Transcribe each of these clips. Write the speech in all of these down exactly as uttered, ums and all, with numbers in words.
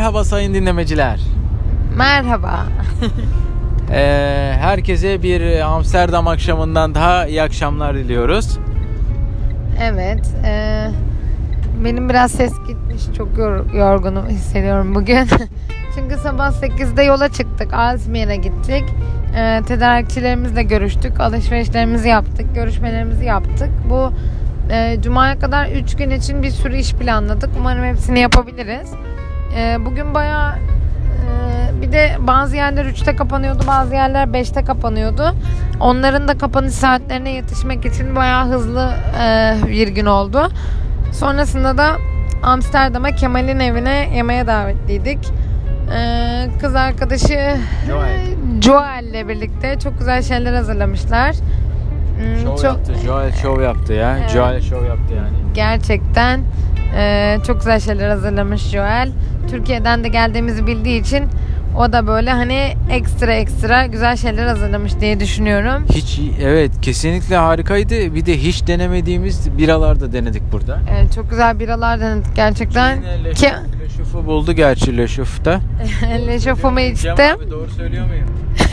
Merhaba sayın dinlemeciler. Merhaba. Ee, herkese bir Amsterdam akşamından daha iyi akşamlar diliyoruz. Evet. E, benim biraz ses gitmiş. Çok yor- yorgunum hissediyorum bugün. Çünkü sabah sekizde yola çıktık. Aalsmeer'e gittik. E, tedarikçilerimizle görüştük. Alışverişlerimizi yaptık. Görüşmelerimizi yaptık. Bu e, Cuma'ya kadar üç gün için bir sürü iş planladık. Umarım hepsini yapabiliriz. E, bugün bayağı e, bir de bazı yerler üçte kapanıyordu. Bazı yerler beşte kapanıyordu. Onların da kapanış saatlerine yetişmek için bayağı hızlı e, bir gün oldu. Sonrasında da Amsterdam'a Kemal'in evine yemeğe davetliydik. Ee, kız arkadaşı Joel. Joel ile birlikte çok güzel şeyler hazırlamışlar. Hmm, Show çok, yaptı. Joel show yaptı ya. Evet. Joel show yaptı yani. Gerçekten e, çok güzel şeyler hazırlamış Joel. Türkiye'den de geldiğimizi bildiği için o da böyle hani ekstra ekstra güzel şeyler hazırlamış diye düşünüyorum. Hiç evet kesinlikle harikaydı. Bir de hiç denemediğimiz biralar da denedik burada. Evet, çok güzel biralar denedik gerçekten. Ki Leşuf'u buldu gerçi Leşuf'ta. Leşofumu içtim. Cem abi doğru söylüyor muyum?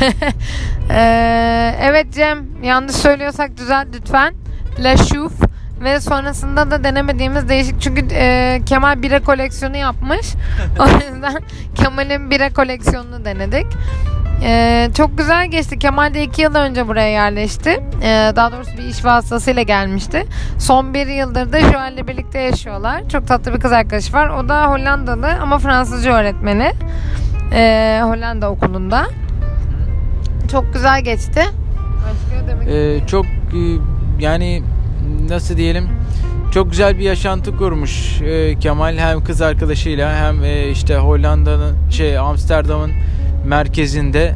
ee, evet Cem, yanlış söylüyorsak düzelt lütfen. Leşuf. Ve sonrasında da denemediğimiz değişik, çünkü e, Kemal bira koleksiyonu yapmış. O yüzden Kemal'in bira koleksiyonunu denedik. E, çok güzel geçti. Kemal de iki yıl önce buraya yerleşti. E, daha doğrusu bir iş vasıtasıyla gelmişti. Son bir yıldır da Joel'le birlikte yaşıyorlar. Çok tatlı bir kız arkadaşı var. O da Hollandalı ama Fransızca öğretmeni. E, Hollanda okulunda. Çok güzel geçti. Başka demek Ee, çok e, yani nasıl diyelim, çok güzel bir yaşantı kurmuş e, Kemal, hem kız arkadaşıyla hem e, işte Hollanda'nın şey Amsterdam'ın merkezinde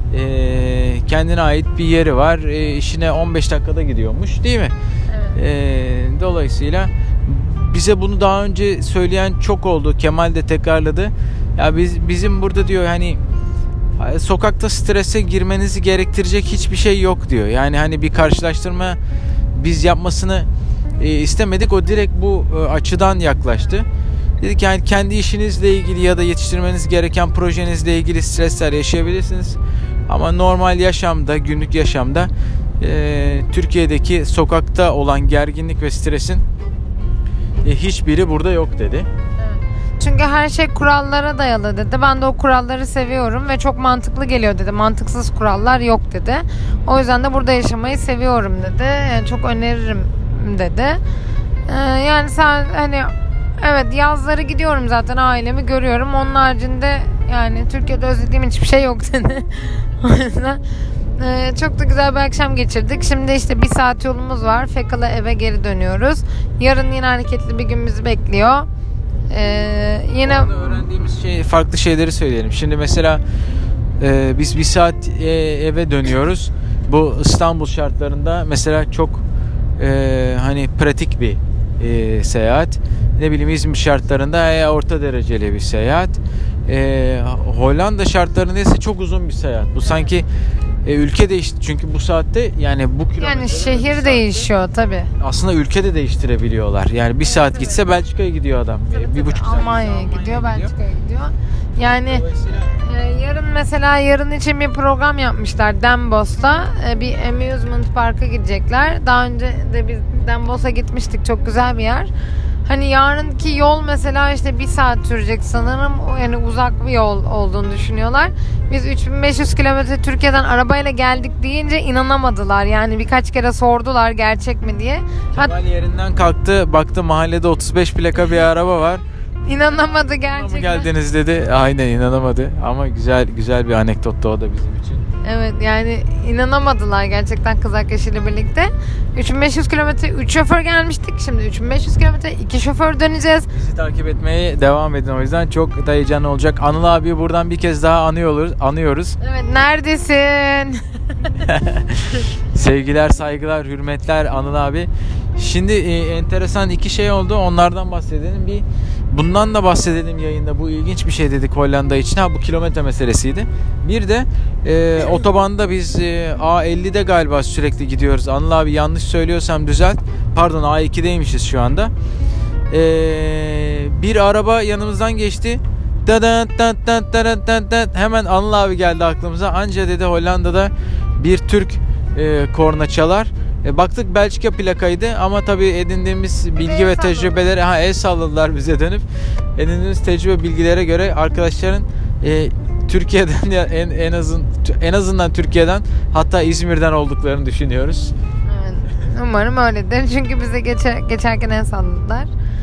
e, kendine ait bir yeri var. E, işine on beş dakikada gidiyormuş, değil mi? Evet. E, dolayısıyla bize bunu daha önce söyleyen çok oldu. Kemal de tekrarladı. Ya biz bizim burada diyor hani sokakta strese girmenizi gerektirecek hiçbir şey yok diyor. Yani hani bir karşılaştırma biz yapmasını e, istemedik. O direkt bu e, açıdan yaklaştı. Dedik yani kendi işinizle ilgili ya da yetiştirmeniz gereken projenizle ilgili stresler yaşayabilirsiniz. Ama normal yaşamda, günlük yaşamda e, Türkiye'deki sokakta olan gerginlik ve stresin e, hiçbiri burada yok dedi. Çünkü her şey kurallara dayalı dedi. Ben de o kuralları seviyorum ve çok mantıklı geliyor dedi. Mantıksız kurallar yok dedi. O yüzden de burada yaşamayı seviyorum dedi. Yani çok öneririm dedi. Ee, yani sen hani evet, yazları gidiyorum zaten, ailemi görüyorum. Onun haricinde yani Türkiye'de özlediğim hiçbir şey yok dedi. O yüzden e, çok da güzel bir akşam geçirdik. Şimdi işte bir saat yolumuz var. Fekala eve geri dönüyoruz. Yarın yine hareketli bir gün bizi bekliyor. Ee, yine Orada öğrendiğimiz şey, farklı şeyleri söyleyelim. Şimdi mesela e, biz bir saat e, eve dönüyoruz. Bu İstanbul şartlarında mesela çok e, hani pratik bir e, seyahat. Ne bileyim İzmir şartlarında e, orta dereceli bir seyahat. E, Hollanda şartlarında ise çok uzun bir seyahat. Bu sanki e, ülke değişti. Çünkü bu saatte yani bu kilometre yani şehir değişiyor tabi. aslında ülke de değiştirebiliyorlar. Yani bir saat evet, gitse Belçika'ya gidiyor adam. Tabii, bir buçuk saat Almanya'ya gidiyor, gidiyor, Belçika'ya gidiyor. Yani e, yarın mesela yarın için bir program yapmışlar Den Bosch'ta. E, bir amusement parka gidecekler. Daha önce de biz Den Bosch'a gitmiştik. Çok güzel bir yer. Hani yarınki yol mesela işte bir saat sürecek sanırım. Yani uzak bir yol olduğunu düşünüyorlar. Biz üç bin beş yüz kilometre Türkiye'den arabayla geldik deyince inanamadılar. Yani birkaç kere sordular gerçek mi diye. Kemal Hat- yerinden kalktı, baktı mahallede otuz beş plaka bir araba var. İnanamadı gerçekten. Mı geldiniz dedi. Aynen inanamadı. Ama güzel güzel bir anekdotta o da bizim için. Evet yani inanamadılar gerçekten kız arkadaşıyla birlikte. üç bin beş yüz kilometre üç şoför gelmiştik. Şimdi üç bin beş yüz kilometre iki şoför döneceğiz. Bizi takip etmeye devam edin, o yüzden çok da heyecanlı olacak. Anıl abi buradan bir kez daha anıyoruz. anıyoruz. Evet, neredesin? Sevgiler, saygılar, hürmetler Anıl abi. Şimdi e, enteresan iki şey oldu. Onlardan bahsedelim. Bir bundan da bahsedelim yayında. Bu ilginç bir şey dedik Hollanda için. Ha bu kilometre meselesiydi. Bir de e, otobanda biz e, A ellide galiba sürekli gidiyoruz. Anıl abi yanlış söylüyorsam düzelt. Pardon A ikideymişiz şu anda. E, bir araba yanımızdan geçti. Dadan, dan, dan, dan, dan, dan. Hemen Anıl abi geldi aklımıza. Anca dedi Hollanda'da bir Türk e, korna çalar. E, baktık Belçika plakaydı ama tabii edindiğimiz bilgi el ve salladılar. tecrübeleri, ha el salladılar bize dönüp. Edindiğimiz tecrübe bilgilere göre arkadaşların e, Türkiye'den ya en en azın en azından Türkiye'den, hatta İzmir'den olduklarını düşünüyoruz. Evet, umarım öyledir. Çünkü bize geçer, geçerken el salladılar.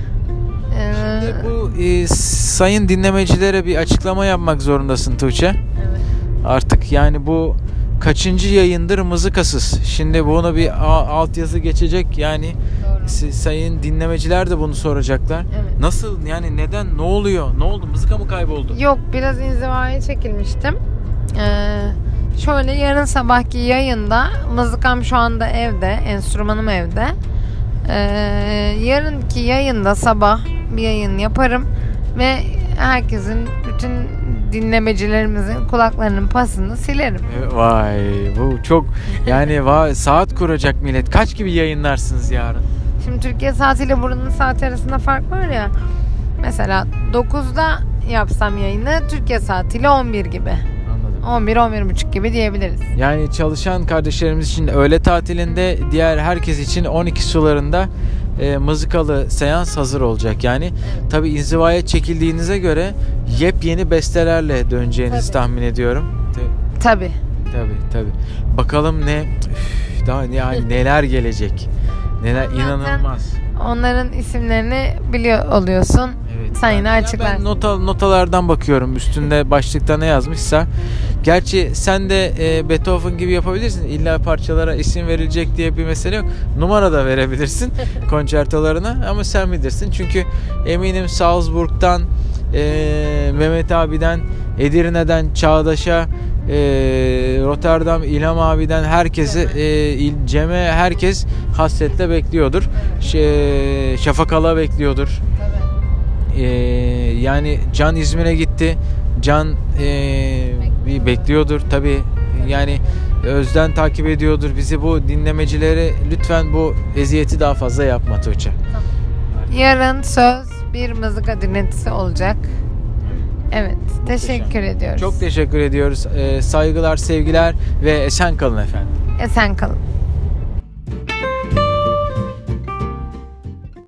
Ee, Şimdi bu e, sayın dinlemecilere bir açıklama yapmak zorundasın Tuğçe. evet. Artık yani bu kaçıncı yayındır mızıkasız. Şimdi bunu bir a- altyazı geçecek yani. Doğru. Si- sayın dinlemeciler de bunu soracaklar. Evet. Nasıl yani, neden, ne oluyor, ne oldu, mızıka mı kayboldu? Yok, biraz inzivaya çekilmiştim. Ee, şöyle yarın sabahki yayında mızıkam şu anda evde, enstrümanım evde. Ee, yarınki yayında sabah bir yayın yaparım ve herkesin, bütün dinlemecilerimizin kulaklarının pasını silerim. E, Vay, bu çok yani vay, saat kuracak millet. Kaç gibi yayınlarsınız yarın? Şimdi Türkiye saatiyle buranın saati arasında fark var ya. Mesela dokuzda yapsam yayını, Türkiye saatiyle on bir gibi. Anladım. on bir on bir buçuk gibi diyebiliriz. Yani çalışan kardeşlerimiz için öğle tatilinde, diğer herkes için on iki sularında e, mızıkalı seans hazır olacak. Yani Evet. tabii inzivaya çekildiğinize göre yepyeni bestelerle döneceğinizi Tabii. tahmin ediyorum. Te- Tabii. Tabii tabii. Bakalım ne üf, daha yani neler gelecek. Neler, Zaten inanılmaz. Onların isimlerini biliyor oluyorsun. Evet. Sen yine Ya açıklarsın. ben nota, notalardan bakıyorum. Üstünde başlıkta ne yazmışsa. Gerçi sen de e, Beethoven gibi yapabilirsin. İlla parçalara isim verilecek diye bir mesele yok. Numara da verebilirsin konçertolarına, ama sen bilirsin. Çünkü eminim Salzburg'dan, e, Mehmet abiden, Edirne'den Çağdaş'a, e, Rotterdam İlham abiden herkesi, e, İl- Cem'e, herkes hasretle bekliyordur. Ş- Şafak Ala bekliyordur. Tabii. Ee, yani Can İzmir'e gitti. Can ee, bir bekliyordur tabii. Yani Özden takip ediyordur bizi. Bu dinlemecileri lütfen bu eziyeti daha fazla yapma Tuğçe. Yarın söz bir mızıka dinletisi olacak. Evet. Teşekkür ediyoruz. Çok teşekkür ediyoruz. Ee, saygılar, sevgiler ve esen kalın efendim. Esen kalın.